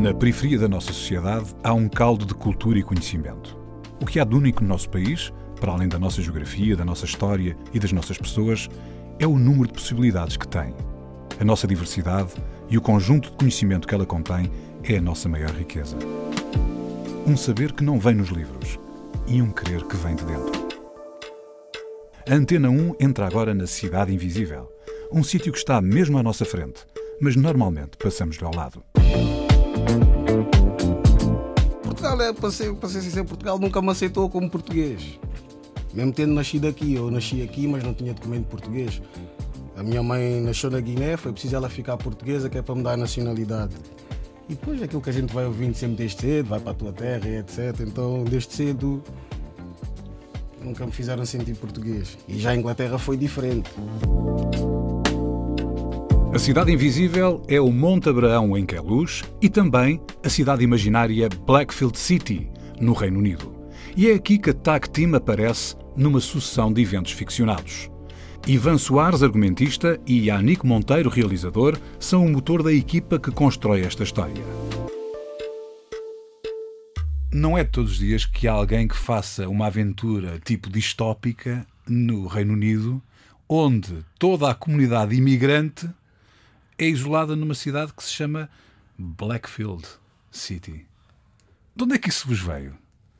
Na periferia da nossa sociedade há um caldo de cultura e conhecimento. O que há de único no nosso país, para além da nossa geografia, da nossa história e das nossas pessoas, é o número de possibilidades que tem. A nossa diversidade e o conjunto de conhecimento que ela contém é a nossa maior riqueza. Um saber que não vem nos livros e um querer que vem de dentro. A Antena 1 entra agora na Cidade Invisível, um sítio que está mesmo à nossa frente, mas normalmente passamos-lhe ao lado. Portugal, para ser sincero, Portugal nunca me aceitou como português. Mesmo tendo nascido aqui, eu nasci aqui, mas não tinha documento português. A minha mãe nasceu na Guiné, foi preciso ela ficar portuguesa, que é para me dar a nacionalidade. E depois aquilo que a gente vai ouvindo sempre desde cedo, vai para a tua terra e etc. Então, desde cedo, nunca me fizeram sentir português. E já a Inglaterra foi diferente. A Cidade Invisível é o Monte Abraão em Queluz e também a cidade imaginária Blackfield City, no Reino Unido. E é aqui que a Tag Team aparece numa sucessão de eventos ficcionados. Ivan Soares, argumentista, e Yannick Monteiro, realizador, são o motor da equipa que constrói esta história. Não é de todos os dias que há alguém que faça uma aventura tipo distópica no Reino Unido, onde toda a comunidade imigrante é isolada numa cidade que se chama Blackfield City. De onde é que isso vos veio?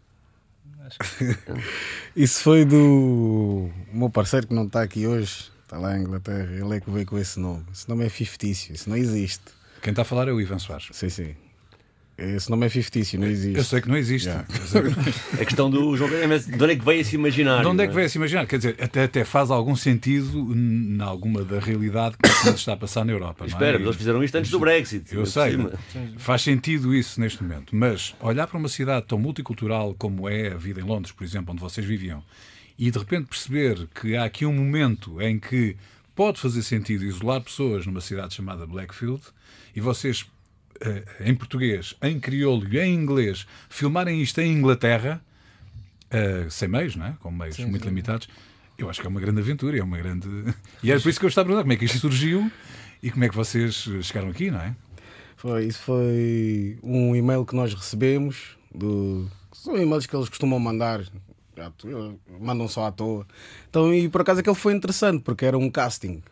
Isso foi do meu parceiro que não está aqui hoje, está lá em Inglaterra. Ele é que veio com esse nome. Esse nome é fictício, isso não existe. Quem está a falar é o Ivan Soares. Sim. Esse nome é fictício, não existe. Eu sei que não existe. Yeah. A questão do João, mas de onde é que veio esse imaginário? De onde é que veio esse imaginário? Quer dizer, até faz algum sentido em alguma da realidade que se está a passar na Europa. Espera, não é? Eles fizeram isto antes do Brexit. Eu sei, faz sentido isso neste momento. Mas olhar para uma cidade tão multicultural como é a vida em Londres, por exemplo, onde vocês viviam, e de repente perceber que há aqui um momento em que pode fazer sentido isolar pessoas numa cidade chamada Blackfield e vocês, em português, em crioulo e em inglês, filmarem isto em Inglaterra, sem meios, não é? Com meios muito limitados, eu acho que é uma grande aventura, é uma grande... E era por isso que eu estava a perguntar como é que isto surgiu e como é que vocês chegaram aqui, não é? Isso foi um e-mail que nós recebemos, são e-mails que eles costumam mandar, mandam ssó à toa. Então, e por acaso aquele foi interessante, porque era um casting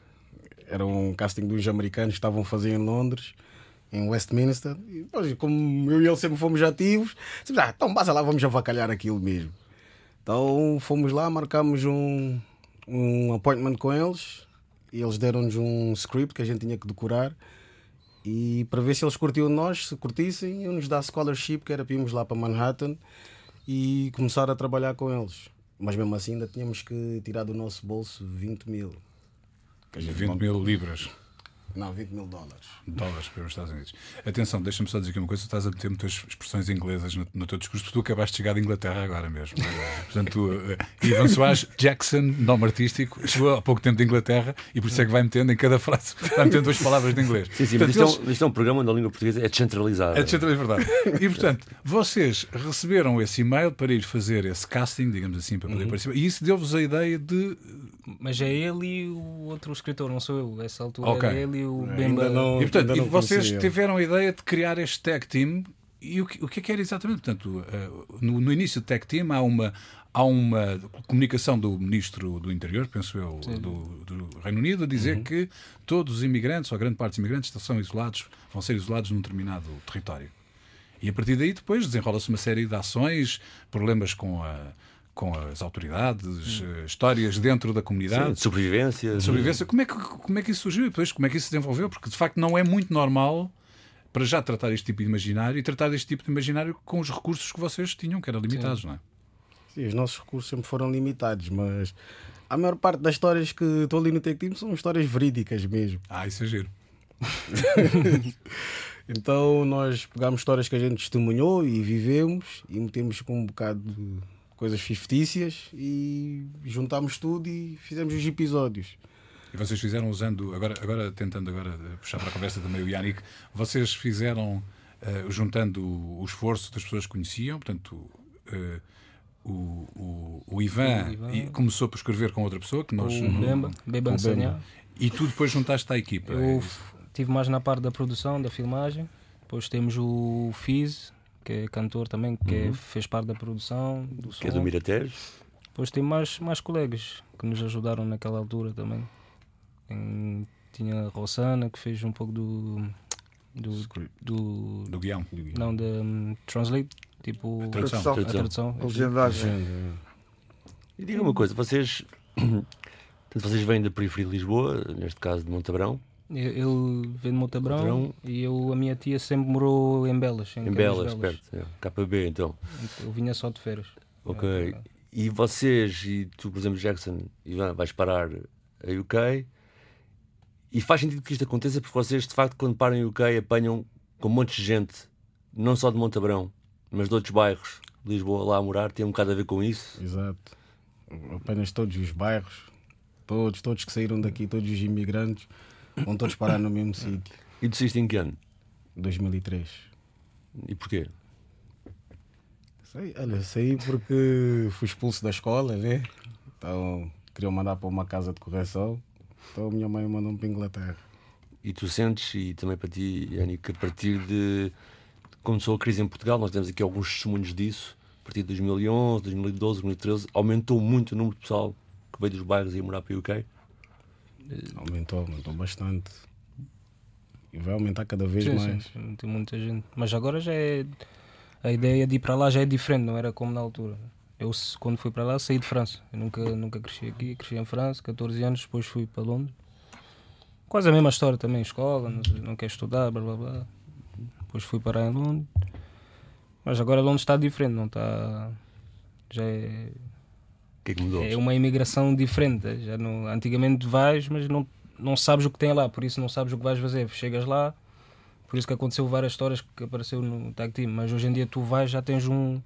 dos americanos que estavam a fazer em Londres, em Westminster, e depois, como eu e ele sempre fomos ativos, então basta lá, vamos avacalhar aquilo mesmo. Então fomos lá, marcámos um appointment com eles e eles deram-nos um script que a gente tinha que decorar e para ver se eles curtiam de nós, se curtissem, iam nos dar scholarship, que era para irmos lá para Manhattan e começar a trabalhar com eles. Mas mesmo assim ainda tínhamos que tirar do nosso bolso 20 mil. 20 mil libras. Não, 20 mil dólares para os Estados Unidos. Atenção, deixa-me só dizer aqui uma coisa: tu estás a meter muitas expressões inglesas no teu discurso, porque tu acabaste de chegar de Inglaterra agora mesmo. Portanto, Ivan Soares, Jackson, nome artístico, chegou há pouco tempo de Inglaterra e por isso é que vai metendo em cada frase, vai metendo duas palavras de inglês. Sim, portanto, mas isto é um programa onde a língua portuguesa é descentralizada. É descentralizada, é verdade. E portanto, vocês receberam esse e-mail para ir fazer esse casting, digamos assim, para poder participar, e isso deu-vos a ideia de... Mas é ele e o outro escritor, não sou eu. Essa altura Okay. é ele e o Bemba. E, portanto, vocês tiveram a ideia de criar este tag team. E o que é que era exatamente? Portanto, no início do tag team há uma comunicação do Ministro do Interior, penso eu, do Reino Unido, a dizer que todos os imigrantes, ou grande parte dos imigrantes, vão ser isolados num determinado território. E a partir daí depois desenrola-se uma série de ações, problemas com as autoridades, histórias dentro da comunidade. Sim, sobrevivência. Como é que isso surgiu e depois como é que isso se desenvolveu? Porque de facto não é muito normal para já tratar este tipo de imaginário e tratar este tipo de imaginário com os recursos que vocês tinham, que eram limitados, não é? Sim, os nossos recursos sempre foram limitados, mas a maior parte das histórias que estou ali no Tech Team são histórias verídicas mesmo. Isso é giro. Então nós pegámos histórias que a gente testemunhou e vivemos e metemos com um bocado de coisas fictícias e juntámos tudo e fizemos os episódios. E vocês fizeram usando, agora tentando puxar para a conversa também o Yannick, vocês fizeram juntando o esforço das pessoas que conheciam, portanto o Ivan começou por escrever com outra pessoa que nós Bemba e tu depois juntaste à equipa. Eu estive mais na parte da produção, da filmagem Depois temos o Fizz, que é cantor também, que fez parte da produção do som. Que é do Miratejo. Depois tem mais colegas que nos ajudaram naquela altura também. Tinha a Rossana, que fez um pouco do guião. Não, da Translate, tipo Tradução. a tradução. Legendagem. E diga uma coisa, vocês vêm da periferia de Lisboa, neste caso de Montabrão. Ele vem de Montabrão e a minha tia sempre morou em Belas. Em Belas, perto. KP, então. Eu vinha só de férias. Ok. E vocês, e tu, por exemplo, Jackson, Ivan, vais parar a UK. E faz sentido que isto aconteça porque vocês, de facto, quando param em UK, apanham com um monte de gente, não só de Montabrão, mas de outros bairros de Lisboa lá a morar. Tem um bocado a ver com isso? Exato. Apenas todos os bairros, todos que saíram daqui, todos os imigrantes, vão todos parar no mesmo sítio. E tu saíste em que ano? 2003. E porquê? Saí porque fui expulso da escola, né? Então queriam mandar para uma casa de correção. Então a minha mãe mandou-me para a Inglaterra. E tu sentes, e também para ti, Yannick, que a partir de começou a crise em Portugal, nós temos aqui alguns testemunhos disso, a partir de 2011, 2012, 2013, aumentou muito o número de pessoal que veio dos bairros e ia morar para o UK? Aumentou bastante. E vai aumentar cada vez mais. Sim, tem muita gente. Mas agora já é. A ideia de ir para lá já é diferente, não era como na altura. Eu, quando fui para lá, saí de França. Eu nunca cresci aqui, cresci em França, 14 anos, depois fui para Londres. Quase a mesma história também, escola, não quer estudar, blá blá blá. Depois fui parar em Londres. Mas agora Londres está diferente, não está. Já é. O que é que mudou? É uma imigração diferente. Já não, antigamente vais, mas não sabes o que tem lá, por isso não sabes o que vais fazer. Chegas lá, por isso que aconteceu várias histórias que apareceu no Tag Team. Mas hoje em dia tu vais, já tens um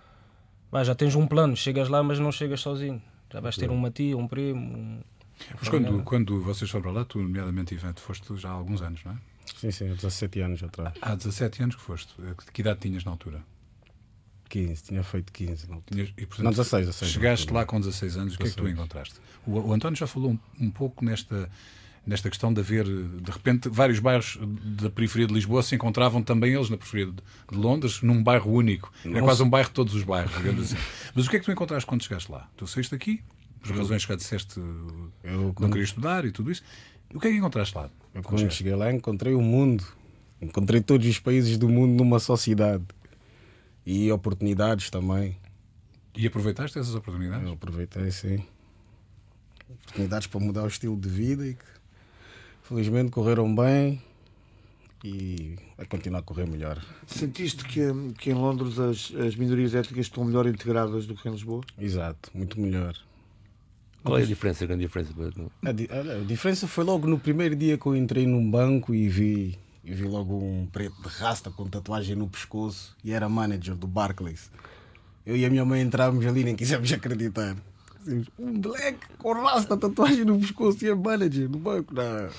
plano. Chegas lá, mas não chegas sozinho. Já vais ter uma tia, um primo. Mas quando vocês foram para lá, tu, nomeadamente, Ivan, foste já há alguns anos, não é? Sim, há 17 anos atrás. Há 17 anos que foste. Que idade tinhas na altura? 15, tinha feito 15. Não, portanto, não 16. Chegaste lá com 16 anos, o que é que tu encontraste? O António já falou um pouco nesta questão de haver, de repente, vários bairros da periferia de Lisboa se encontravam também eles na periferia de Londres, num bairro único. É quase um bairro de todos os bairros, digamos assim. Mas o que é que tu encontraste quando chegaste lá? Tu saíste daqui, por razões que já disseste, não queria estudar e tudo isso. E o que é que encontraste lá? Eu, quando cheguei lá, encontrei o mundo. Encontrei todos os países do mundo numa só cidade. E oportunidades também. E aproveitaste essas oportunidades? Eu aproveitei, sim. Oportunidades para mudar o estilo de vida e que felizmente correram bem e vai continuar a correr melhor. Sentiste que em Londres as minorias étnicas estão melhor integradas do que em Lisboa? Exato, muito melhor. Qual é a diferença, a grande diferença? A diferença foi logo no primeiro dia que eu entrei num banco e vi logo um preto de rasta com tatuagem no pescoço e era manager do Barclays. Eu e a minha mãe entrávamos ali e nem quisemos acreditar. Um black com rasta, tatuagem no pescoço e é manager do banco. Não.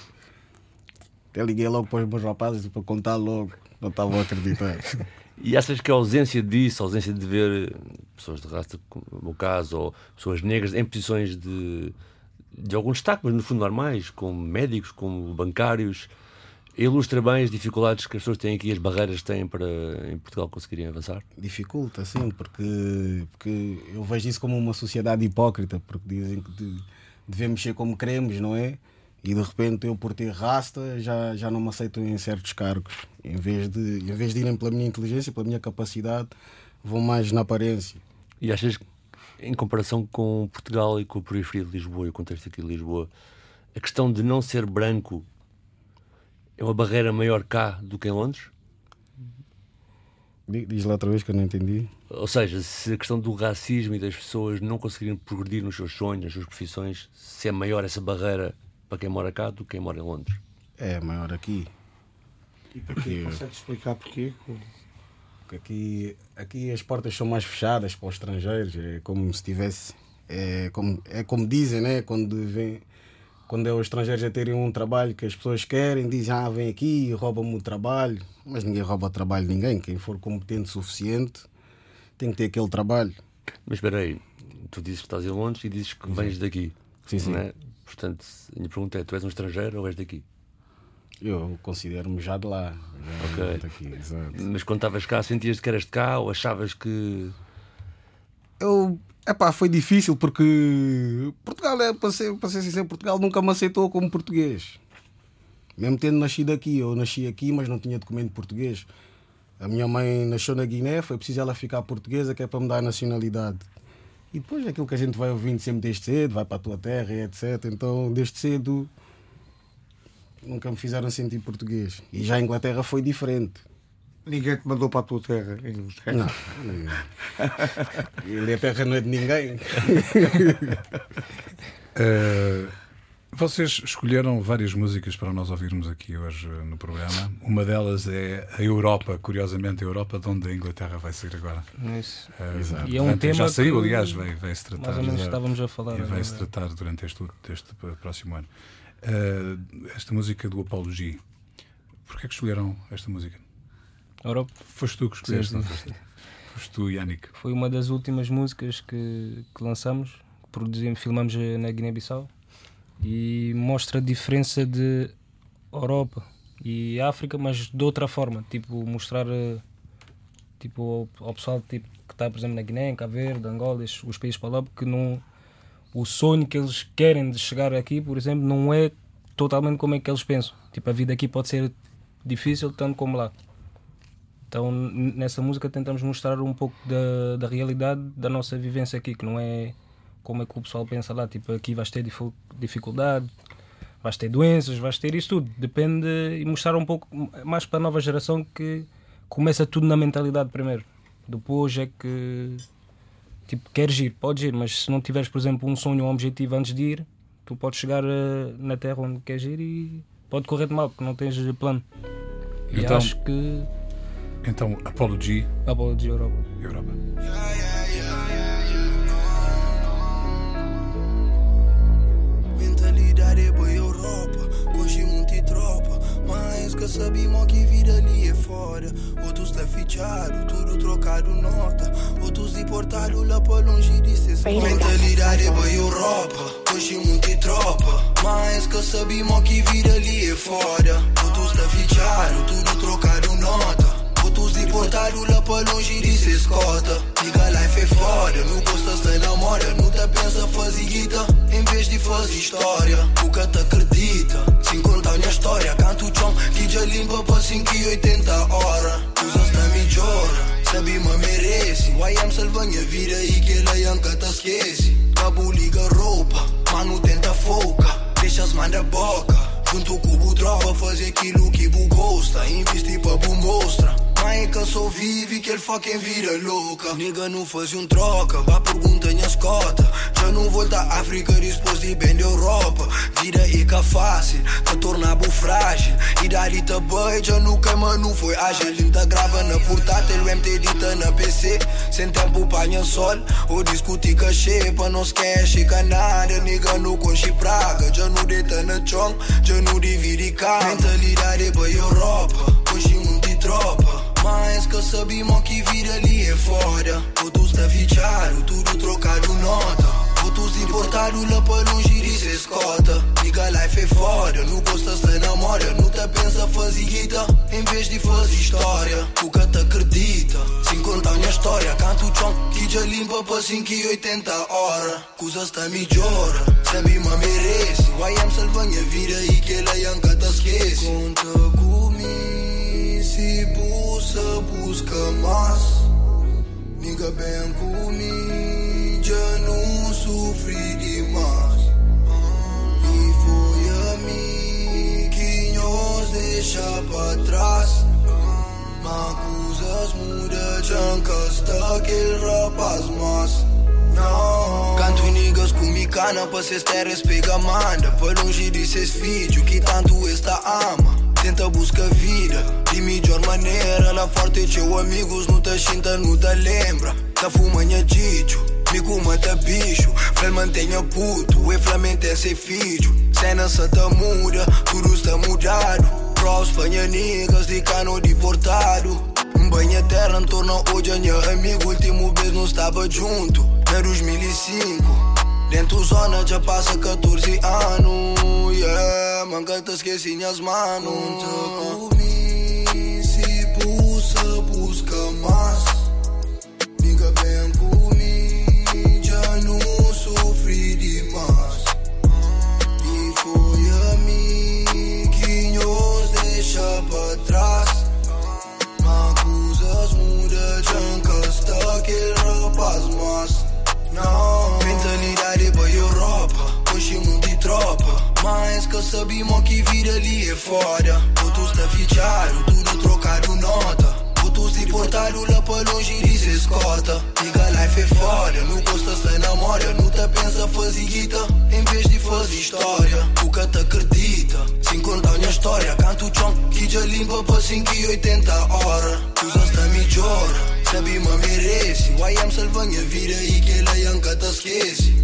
Eu liguei logo para os meus rapazes para contar logo. Não estavam a acreditar. E achas que a ausência disso, a ausência de ver pessoas de raça, como no meu caso, ou pessoas negras em posições de algum destaque, mas no fundo normais, como médicos, como bancários, ilustra bem as dificuldades que as pessoas têm aqui, as barreiras que têm para em Portugal conseguirem avançar? Dificulta, sim, porque eu vejo isso como uma sociedade hipócrita, porque dizem que devemos ser como queremos, não é? E de repente eu, por ter rasta, já não me aceitam em certos cargos. Em vez de irem pela minha inteligência, pela minha capacidade, vão mais na aparência. E achas que, em comparação com Portugal e com a periferia de Lisboa e o contexto aqui de Lisboa, a questão de não ser branco é uma barreira maior cá do que em Londres? Diz lá outra vez que eu não entendi. Ou seja, se a questão do racismo e das pessoas não conseguirem progredir nos seus sonhos, nas suas profissões, se é maior essa barreira para quem mora cá do que quem mora em Londres? É maior aqui. E porquê? Consegue explicar porquê? Porque aqui as portas são mais fechadas para os estrangeiros. É como se tivesse... É como dizem, né? Quando é os estrangeiros a terem um trabalho que as pessoas querem, dizem, vem aqui e roubam-me o trabalho. Mas ninguém rouba o trabalho de ninguém. Quem for competente o suficiente tem que ter aquele trabalho. Mas espera aí, tu dizes que estás em Londres e dizes que vens daqui. Sim, sim. Não é? Portanto, a minha pergunta é, tu és um estrangeiro ou és daqui? Eu considero-me já de lá. Já Ok. aqui, exato. Mas quando estavas cá, sentias que eras de cá ou achavas que. Foi difícil porque Portugal, para ser sincero, Portugal nunca me aceitou como português. Mesmo tendo nascido aqui, eu nasci aqui, mas não tinha documento português. A minha mãe nasceu na Guiné, foi preciso ela ficar portuguesa, que é para me dar a nacionalidade. E depois aquilo que a gente vai ouvindo sempre desde cedo, vai para a tua terra e etc. Então, desde cedo, nunca me fizeram sentir português. E já a Inglaterra foi diferente. Ninguém te mandou para a tua terra. Não. A terra não é de ninguém. Vocês escolheram várias músicas para nós ouvirmos aqui hoje no programa. Uma delas é a Europa, curiosamente a Europa, de onde a Inglaterra vai sair agora. Isso. Exato. E é um tema já saiu, que, aliás, vai-se tratar. mais ou menos estávamos a falar. E vai-se tratar durante este próximo ano. Esta música do Apology. Porquê é que escolheram esta música? Europa. Foste tu que escolheste, Sim. não foste? Foste tu, Yannick. Foi uma das últimas músicas que lançamos, que produzimos, filmamos na Guiné-Bissau, e mostra a diferença de Europa e África, mas de outra forma, tipo mostrar tipo, ao pessoal tipo, que está, por exemplo, na Guiné, em Cabo Verde, Angola, os países para lá, porque não, o sonho que eles querem de chegar aqui, por exemplo, não é totalmente como é que eles pensam. Tipo, a vida aqui pode ser difícil tanto como lá. Então, nessa música tentamos mostrar um pouco da realidade da nossa vivência aqui, que não é como é que o pessoal pensa lá, tipo, aqui vais ter dificuldade, vais ter doenças, vais ter isso tudo. Depende, e mostrar um pouco mais para a nova geração que começa tudo na mentalidade primeiro. Depois é que, tipo, queres ir, podes ir, mas se não tiveres, por exemplo, um sonho ou um objetivo antes de ir, tu podes chegar na terra onde queres ir e pode correr-te mal, porque não tens plano. E Então- acho que... Então, Apology, Apology Europa. Europa. Mentalidade para Europa, hoje muito tropa. Mas que sabemos que vida ali é fora. Outros está fichado, tudo trocado nota. Outros deportados lá para longe de ser. Mentalidade para Europa, hoje muito tropa. Mas que sabemos que vida ali é fora. Outros está fichado, tudo trocado nota. Outros deportados lá para longe de ser escota. Diga life é foda, meu gosto está na moda. Não te pensa fazer guita, em vez de fazer história. O que te acredita, sem contar minha história. Canto o chão, que já limpa para 5 e 80 horas. Usas da melhora, sabe me merece. O IM salva minha vida e que ela nunca te esquece. Cabo liga roupa, mano tenta foca. Deixas manda boca, junto com o droga, fazer aquilo que o gosta. Investir para o mostra. Mãe que só vive que ele fucking vira louca. Nigga não faz troca, vá pergunta minhas cotas. Já não volta à África depois de bem da Europa. Vida é que fácil, te torna frágil. Idade tá bem, já não queima, não foi ágil. Ainda grava na portátil, o MT dita na PC. Sem tempo panha sol, ou discutir cachê. Pra não esquece nada, nigga não conche praga. Já não deita na chão, já não divide cá. Mentalidade é pra Europa, hoje muito tropa. Mas que sabemos que vida ali é fora. Outros está fichado, tudo trocado nota. Outros deportados lá para longe de ser escota. Diga life é foda, não gosta se namora. Não te pensa fazer guita, em vez de fazer história. O que te acredita, sem contar minha história. Canto o chão, que já limpa para 5 e 80 horas. Coisas está melhora, sabe me merece. O IM salva minha vida e que ela nunca te esquece. Conta comigo, se busca mais. Nigga bem comigo, já não sofri demais. E foi a mim que nos deixa para trás. Mas coisas mudam, já está aquele rapaz mas não. Canto e niggas com mi cana, para ses terras pega manda. Para longe de seus filhos, que tanto esta ama. Tenta buscar vida, de melhor maneira. Lá forte teu amigos, não te xinta, não te lembra. Tá fumanha dicho, me mata bicho. Flel mantenha puto, e Flamengo é ser filho. Cena santa muda, tudo está mudado. Pros Espanha niggas, de cano deportado. Banha terra, torna hoje a minha amigo. Último vez não estava junto, na 2005. Dentro zona já passa 14 anos. yeah, manca te esqueci minhas manos. Conta comigo, se busca mais. Nigga bem comigo, já não sofri demais. E foi a mim que nos deixa pra trás. Mas coisas mudam, já está aquele rapaz, mas não. Mentalidade pra Europa, hoje mundo de tropa. Mas que sabemos que vida ali é foda. Outros te ficharam, tudo trocado nota. Outros deportaram lá pra longe e se escota. Diga life é foda, não gosta se namora. Não te pensa fazer guita, em vez de fazer história. O que te acredita, sem contar minha história. Canto o chão, que já limpa pra 5 e 80 horas. Usas te melhora, sabe me merece. O I am salva minha vida e que ela nunca te esquece.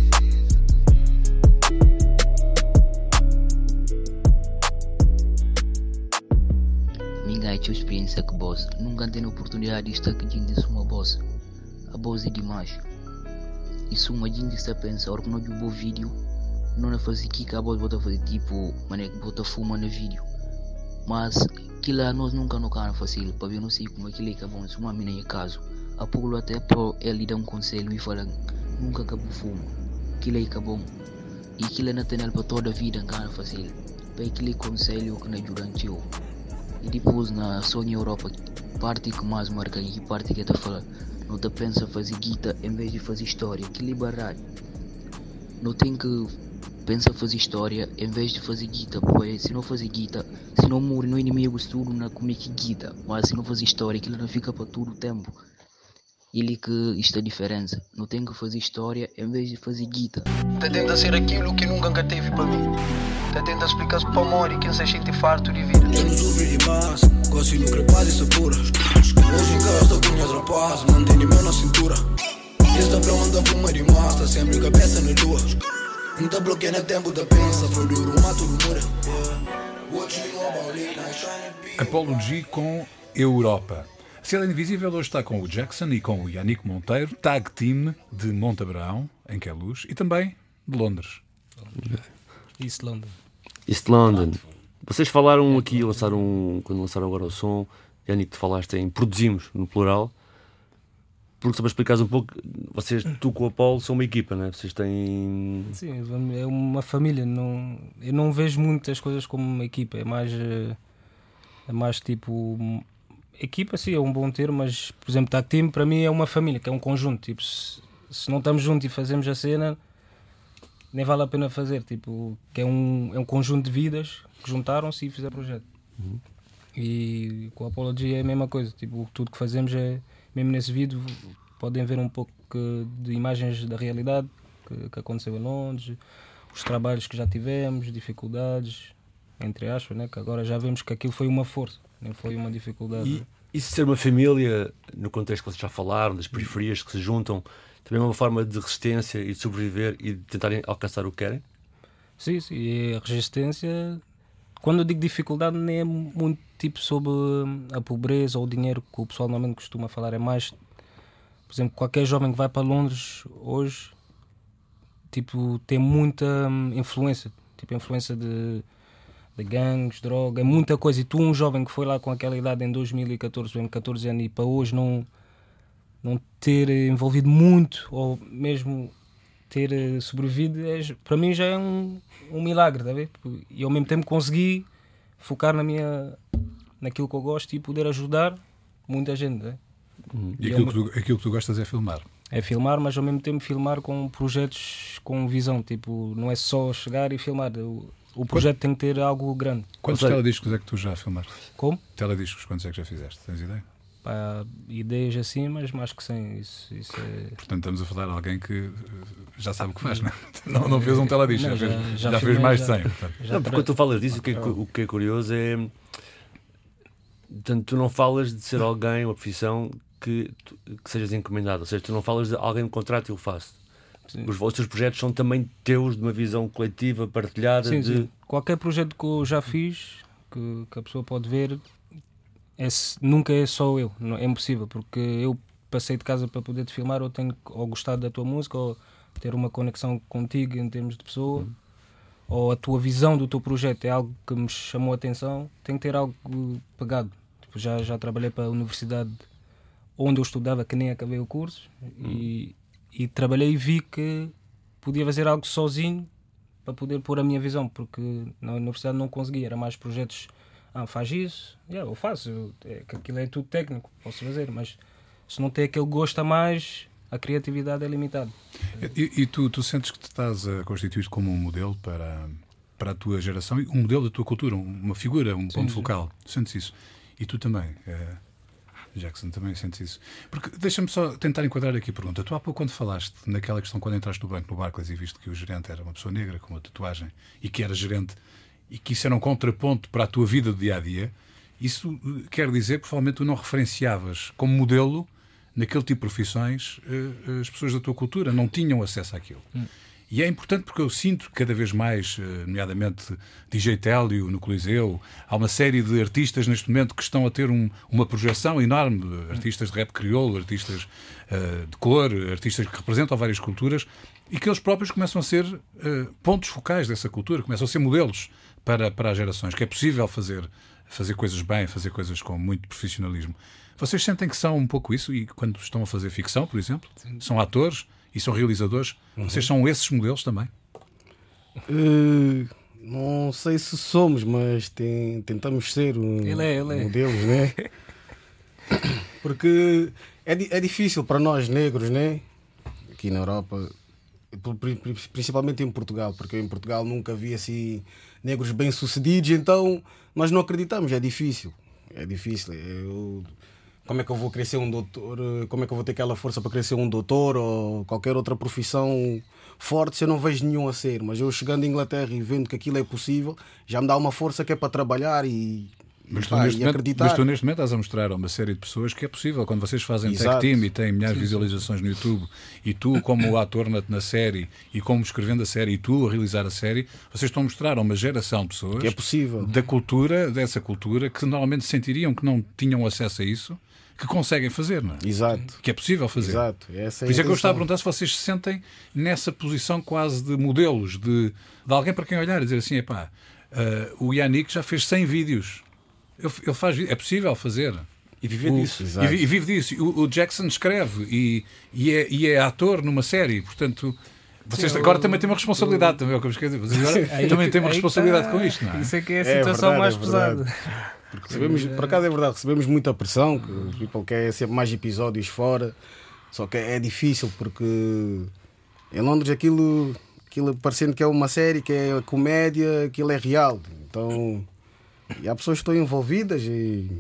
Ninguém tinha experiência que boss. Nunca tem oportunidade de estar aqui dentro de uma boss. A boss é demais. Isso uma gente está a pensar, que não viu o vídeo, não é fazer aqui que a boss bota fazer tipo, mané que bota fuma no vídeo. Mas aquilo a nós nunca não cara fácil, para ver não sei como aquilo é que é bom, se uma mina é caso. A pouco até para ele dar um conselho e falar, nunca acabou fuma. Aquilo é que é bom. E aquilo não tem para toda a vida, não cara fácil. Para aquele conselho que não ajuda eu. E depois na Sony Europa, parte que mais marca e parte que está a falar, não te pensa fazer guita em vez de fazer história, que liberdade. Não tem que pensar fazer história em vez de fazer guita, pois se não fazer guita, se não morre no inimigo tudo na como é que guita, mas se não fazer história, aquilo não fica para todo o tempo. Ele que isto é a diferença, não tem que fazer história em vez de fazer guita. Tá tenta ser aquilo que nunca teve para mim. Tá tenta explicar para amor e quem se sente farto de vida. Eu não sofri demais, gosto de crepar e sabura. Hoje em casa estou com minhas rapazes, mantém meu na cintura. Esta pra manda fuma demais, tá sempre cabeça na lua. Não tá bloqueando tempo da pensa, foi duro, mato do mura. Apollo G com Europa. A Cela Invisível hoje está com o Jackson e com o Yannick Monteiro, tag team de Montabrão, em Queluz, e também de Londres. East London. East London. Vocês falaram aqui, quando lançaram agora o som, Yannick, tu falaste em produzimos, no plural, porque só para explicares um pouco, tu com o Apollo são uma equipa, não é? Vocês têm... Sim, é uma família. Eu não vejo muitas coisas como uma equipa, é mais tipo... Equipa, sim, é um bom termo, mas, por exemplo, tag team para mim é uma família, que é um conjunto. Tipo, se não estamos juntos e fazemos a cena, nem vale a pena fazer. Tipo, que é um conjunto de vidas que juntaram-se e fizeram o projeto. E com a Apollo G é a mesma coisa. Tipo, tudo que fazemos é, mesmo nesse vídeo, podem ver um pouco de imagens da realidade que aconteceu em Londres, os trabalhos que já tivemos, dificuldades, entre aspas, né? Que agora já vemos que aquilo foi uma força. Nem foi uma dificuldade. E ser uma família, no contexto que vocês já falaram, das periferias que se juntam, também é uma forma de resistência e de sobreviver e de tentarem alcançar o que querem? Sim, e a resistência, quando eu digo dificuldade, nem é muito tipo sobre a pobreza ou o dinheiro que o pessoal normalmente costuma falar, é mais, por exemplo, qualquer jovem que vai para Londres hoje, tipo, tem muita influência, tipo, influência de gangues, droga, é muita coisa. E tu, um jovem que foi lá com aquela idade em 2014, em 14 anos, e para hoje não ter envolvido muito, ou mesmo ter sobrevivido, para mim já é um milagre, tá a ver? E ao mesmo tempo consegui focar naquilo que eu gosto e poder ajudar muita gente, tá? E aquilo que tu gostas é filmar? É filmar, mas ao mesmo tempo filmar com projetos com visão, tipo, não é só chegar e filmar. O projeto tem que ter algo grande. Quantos telediscos é que tu já filmaste? Como? Telediscos, quantos é que já fizeste? Tens ideia? Pá, ideias assim, mas mais que 100. Isso é... Portanto, estamos a falar de alguém que já sabe o que faz, não é? Não fez um teledisco, já fez mais de 100. Não, porque quando tu falas disso, o que é curioso é... Portanto, tu não falas de ser alguém, uma profissão que sejas encomendado. Ou seja, tu não falas de alguém no contrato e eu faço. Os vossos projetos são também teus, de uma visão coletiva, partilhada. Sim. Qualquer projeto que eu já fiz, que a pessoa pode ver, nunca é só eu. É impossível, porque eu passei de casa para poder te filmar, ou tenho ou gostar da tua música, ou ter uma conexão contigo em termos de pessoa. ou a tua visão do teu projeto é algo que me chamou a atenção, tem que ter algo pegado. Tipo, já trabalhei para a universidade onde eu estudava, que nem acabei o curso, e trabalhei e vi que podia fazer algo sozinho para poder pôr a minha visão, porque na universidade não conseguia, era mais projetos, faz isso, eu faço, que aquilo é tudo técnico, posso fazer, mas se não tem aquele gosto a mais, a criatividade é limitada. E tu sentes que te estás a constituir como um modelo para a tua geração, um modelo da tua cultura, uma figura, um ponto focal, sentes isso? E tu também, Jackson, também sentes isso? Porque deixa-me só tentar enquadrar aqui a pergunta. Tu há pouco, quando falaste naquela questão, quando entraste no banco no Barclays e viste que o gerente era uma pessoa negra com uma tatuagem e que era gerente e que isso era um contraponto para a tua vida do dia-a-dia, isso quer dizer que provavelmente tu não referenciavas como modelo naquele tipo de profissões as pessoas da tua cultura, não tinham acesso àquilo. E é importante porque eu sinto cada vez mais, nomeadamente DJ Télio no Coliseu, há uma série de artistas neste momento que estão a ter uma projeção enorme, artistas de rap crioulo, artistas de cor, artistas que representam várias culturas e que eles próprios começam a ser pontos focais dessa cultura, começam a ser modelos para as gerações, que é possível fazer coisas bem, fazer coisas com muito profissionalismo. Vocês sentem que são um pouco isso e quando estão a fazer ficção, por exemplo, são atores e são realizadores, vocês são esses modelos também? Não sei se somos, mas tentamos ser modelos, né? Porque é difícil para nós negros, né? Aqui na Europa, principalmente em Portugal, porque em Portugal nunca vi assim negros bem-sucedidos, então nós não acreditamos, é difícil. Como é que eu vou crescer um doutor? Como é que eu vou ter aquela força para crescer um doutor ou qualquer outra profissão forte se eu não vejo nenhum a ser? Mas eu chegando à Inglaterra e vendo que aquilo é possível, já me dá uma força que é para trabalhar e acreditar. Mas tu neste momento estás a mostrar a uma série de pessoas que é possível. Quando vocês fazem tech team e têm milhares de visualizações no YouTube, e tu como ator na série e como escrevendo a série e tu a realizar a série, vocês estão a mostrar a uma geração de pessoas que é possível. Dessa cultura, que normalmente sentiriam que não tinham acesso a isso, que conseguem fazer, não é? Exato. Que é possível fazer. Exato. Por isso é que eu estava a perguntar se vocês se sentem nessa posição quase de modelos, de alguém para quem olhar e dizer assim, o Yannick já fez 100 vídeos. Ele faz vídeos. É possível fazer. E viver disso. E vive disso. O Jackson escreve e é ator numa série, portanto... Vocês agora também têm uma responsabilidade, também é o que eu vos quero dizer. Vocês agora também têm uma responsabilidade com isto, não é? Isso é que é a situação mais pesada. Porque por acaso é verdade, recebemos muita pressão, que o people quer sempre mais episódios fora, só que é difícil porque em Londres aquilo parecendo que é uma série, que é comédia, aquilo é real. Então, e há pessoas que estão envolvidas em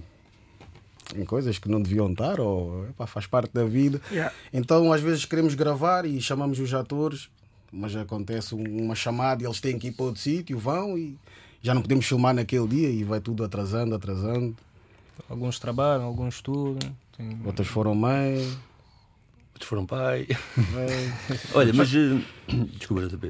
coisas que não deviam estar, ou faz parte da vida. Então às vezes queremos gravar e chamamos os atores, mas acontece uma chamada e eles têm que ir para outro sítio, vão e já não podemos filmar naquele dia e vai tudo atrasando. Alguns trabalham, alguns estudam. Outros foram mãe. Outros foram pai. Olha, mas... desculpa, JP.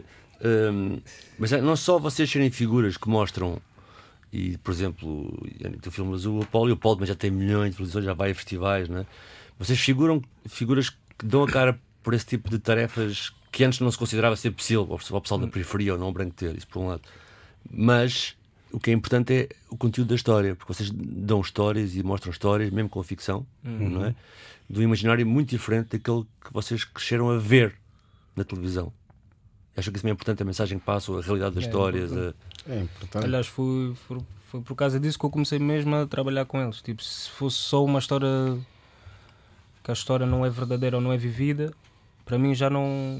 Mas não só vocês serem figuras que mostram, e por exemplo, tu filmas o Apolo, e o Apolo já tem milhões de televisões, já vai a festivais, não é? Vocês figuras que dão a cara por esse tipo de tarefas que antes não se considerava ser possível, ao pessoal da periferia ou não branco ter, isso por um lado. Mas o que é importante é o conteúdo da história, porque vocês dão histórias e mostram histórias, mesmo com ficção, não é? De um imaginário muito diferente daquele que vocês cresceram a ver na televisão. Acho que isso é importante, a mensagem que passam, a realidade das histórias. É importante. Aliás, foi por causa disso que eu comecei mesmo a trabalhar com eles. Tipo, se fosse só uma história que a história não é verdadeira ou não é vivida, para mim já não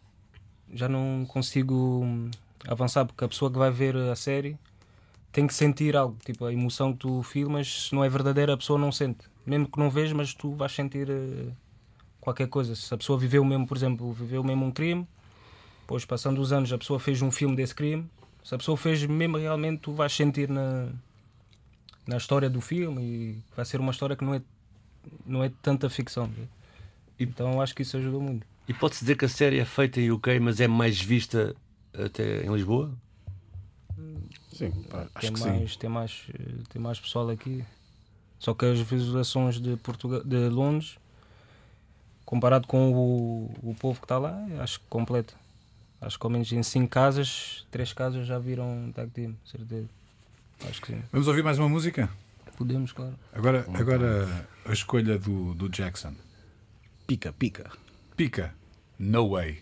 consigo avançar, porque a pessoa que vai ver a série tem que sentir algo, tipo a emoção que tu filmas, se não é verdadeira a pessoa não sente, mesmo que não vejas, mas tu vais sentir qualquer coisa. Se a pessoa viveu mesmo, por exemplo, um crime, depois passando os anos a pessoa fez um filme desse crime, se a pessoa fez mesmo realmente, tu vais sentir na história do filme e vai ser uma história que não é tanta ficção. Então acho que isso ajudou muito. E pode-se dizer que a série é feita em UK, mas é mais vista até em Lisboa? Sim, acho que sim. Tem mais pessoal aqui. Só que as visualizações de Londres, comparado com o povo que está lá, acho que completa. Acho que ao menos em 5 casas, 3 casas já viram tag team, certeza. Acho que sim. Vamos ouvir mais uma música? Podemos, claro. Agora a escolha do Jackson. Pica, pica. Pica. No Way.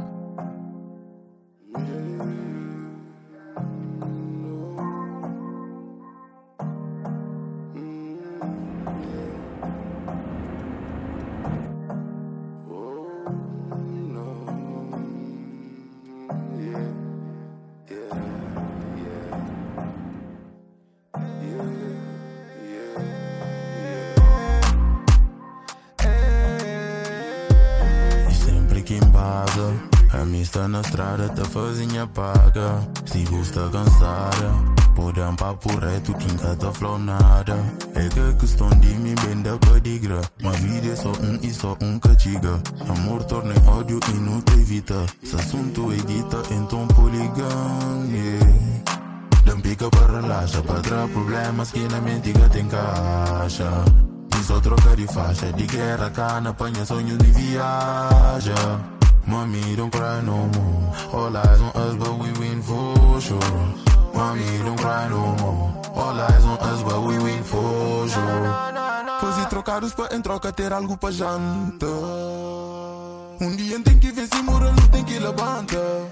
Amista na estrada, tá fazinha paga. Se gosta cansada, podem papo reto, trinca tá flonada. É que a questão de mim bem da padigra. Uma vida é só e só que chega. Amor torna ódio e não te evita. Se assunto é guita, então poligam, yeah. Dão pica para relaxa, para trazer problemas que na mente que tem caixa. E só troca de faixa, de guerra, cana, apanha sonhos de viagem. Mommy, don't cry no more. All eyes on us, but we win for sure. Mommy, don't cry no more. All eyes on us, but we win for sure. Fazer trocados para em troca ter algo para janta. Dia tem que ver se mora, não tem que levanta.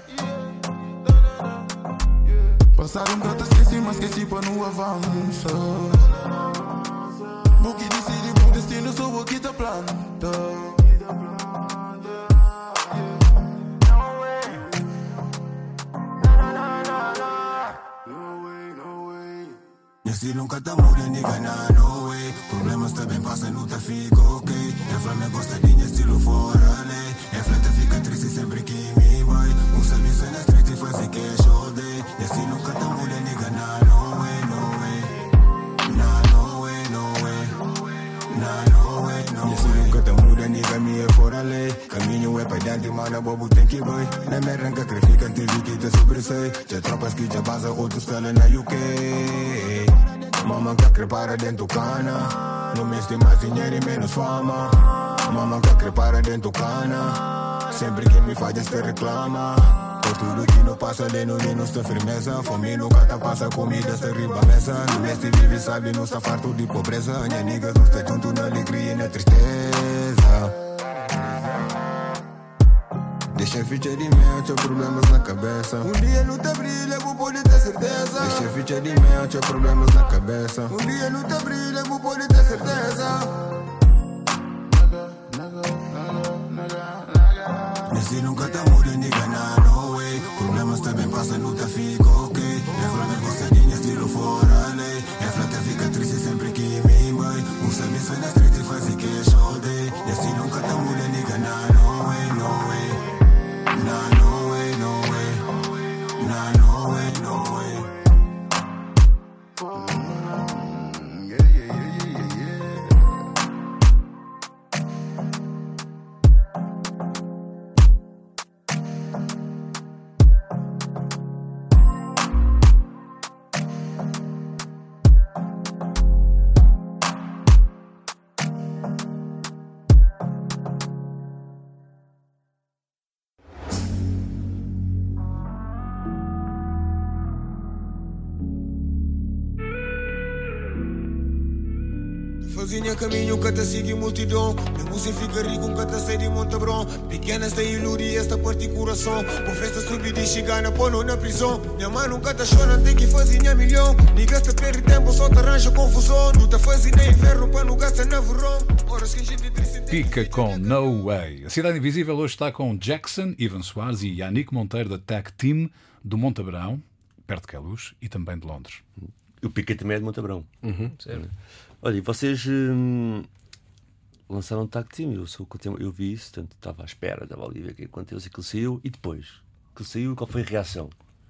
Passar gato esqueci, mas esqueci para não avança. O que decide por destino, sou o que te planta. Se nunca tá muda, nigga, nah, no way. Problemas também passam, não tá fica ok. É Flamengo gosta de minha estilo fora lei. É fleta fica triste sempre que me vai. Serviço na street e faz cash all day. Se nunca tá muda, nigga, nah, no way, no way. Nah, no way, no way. Nah, no way, no way. Se nunca tá muda, nigga, me é fora lei. Caminho é pra dentro, mano, bobo tem que vai. Na minha ranca sacrifica, TV que te sobressai. Já tropas que já basa, outros falam na UK. Mamãe que crepara dentro cana. No mês tem mais dinheiro e menos fama. Mamãe que crepara dentro cana. Sempre que me faz te reclama. Por tudo que não passa ali no Linus tem firmeza. Fome nunca tá passa, comida está riba a mesa. No mês te vive, sabe, não está farto de pobreza. Minha niggas não está junto na alegria e na tristeza. Deixa ficha de mente, problemas na cabeça. Dia não te brilha, vou poder ter certeza. Deixa ficha de mente, problemas na cabeça. Dia não te brilha, vou poder ter certeza. Se nunca tá muda, nigga, nah, no way. Problemas também passam, não te fica ok. É Flamengo gosta de minha estilo fora lei. É fleta fica triste sempre que me vai. Serviço na street e faz cash all day. Se nunca tá muda, nigga, nah, no way, no way. Nah, no way, no way. Nah, no way, no way. Yeah, yeah, yeah, yeah, yeah. Fazinha caminho que te sigue multidão. Minha música fica rico, que te sai de Montabrão. Pequena esta ilude, esta parte coração. Por festa subir de chegar na polo na prisão. Minha mãe nunca te chora, tem que fazer milhão. Ninguém te perde tempo, só te arranja confusão. Não te faz nem inverno para não gastar na verão. Pica com No Way. A Cidade Invisível hoje está com Jackson, Ivan Soares e Yannick Monteiro da Tag Team do Montabrão, perto de Queluz e também de Londres. O Pica também é de Montabrão. Certo. Olha, e vocês lançaram um tag team, eu vi isso, portanto, estava à espera, estava ali a ver quanto tempo aquilo saiu, e depois que saiu, qual foi a reação?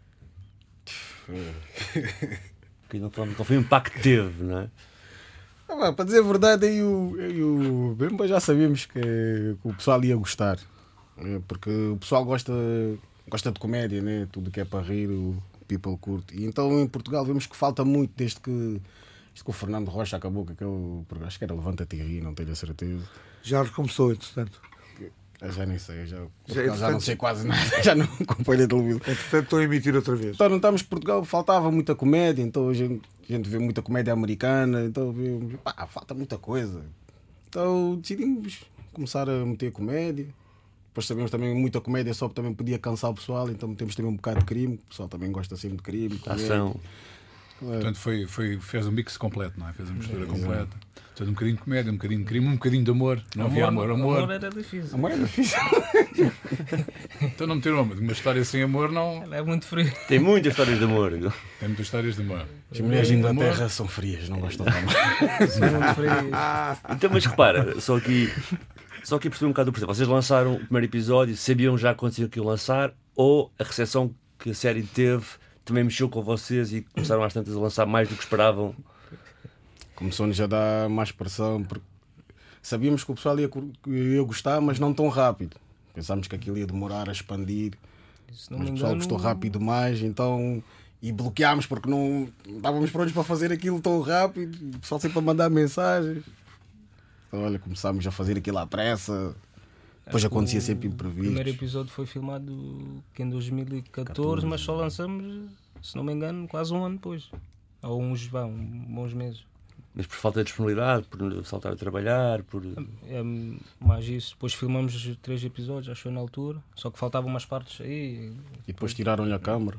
Qual foi o impacto que teve, não é? Para dizer a verdade, eu e o Bemba já sabíamos que o pessoal ia gostar, porque o pessoal gosta de comédia, né? Tudo que é para rir, o people curte. E então em Portugal vemos que falta muito desde que o Fernando Rocha acabou com aquele programa, acho que era Levanta-te e Ri, não tenho a certeza. Já recomeçou, entretanto. Eu já nem sei, já entretanto- não sei quase nada, já não acompanho a televisão. Entretanto, estão a emitir outra vez. Então não estamos em Portugal, faltava muita comédia, então a gente vê muita comédia americana, então vimos, falta muita coisa. Então decidimos começar a meter comédia. Depois sabemos também muita comédia, só que também podia cansar o pessoal, então metemos também um bocado de crime, o pessoal também gosta sempre de crime. comédia. Ação. Portanto, fez um mix completo, não é? Fez uma mistura completa. Portanto, um bocadinho de comédia, um bocadinho de crime, um bocadinho de amor. Não havia amor. Amor era difícil. Amor é difícil. Então não meteram amor. Uma história sem amor não. É muito frio. Tem muitas histórias de amor. Tem muitas histórias de amor. As mulheres de Inglaterra são frias, não gostam de amor. É muito frio. Então, mas repara, só aqui percebi um bocado o processo. Vocês lançaram o primeiro episódio, sabiam já quando tinham que o lançar, ou a recepção que a série teve também mexeu com vocês e começaram às tantas a lançar mais do que esperavam? Começou-nos a dar mais pressão, porque sabíamos que o pessoal ia gostar, mas não tão rápido. Pensámos que aquilo ia demorar a expandir, Se não mas me o pessoal engano, gostou rápido demais, então. E bloqueámos porque não estávamos prontos para fazer aquilo tão rápido, o pessoal sempre a mandar mensagens. Então, olha, começámos a fazer aquilo à pressa. Depois acontecia sempre O primeiro imprevisto. episódio foi filmado em 2014, mas só lançamos, se não me engano, quase um ano depois. Ou uns bons meses. Mas por falta de disponibilidade, por saltar a trabalhar, por... É mais isso. Depois filmamos 3 episódios, acho que na altura. Só que faltavam umas partes aí. E depois tiraram-lhe a câmara.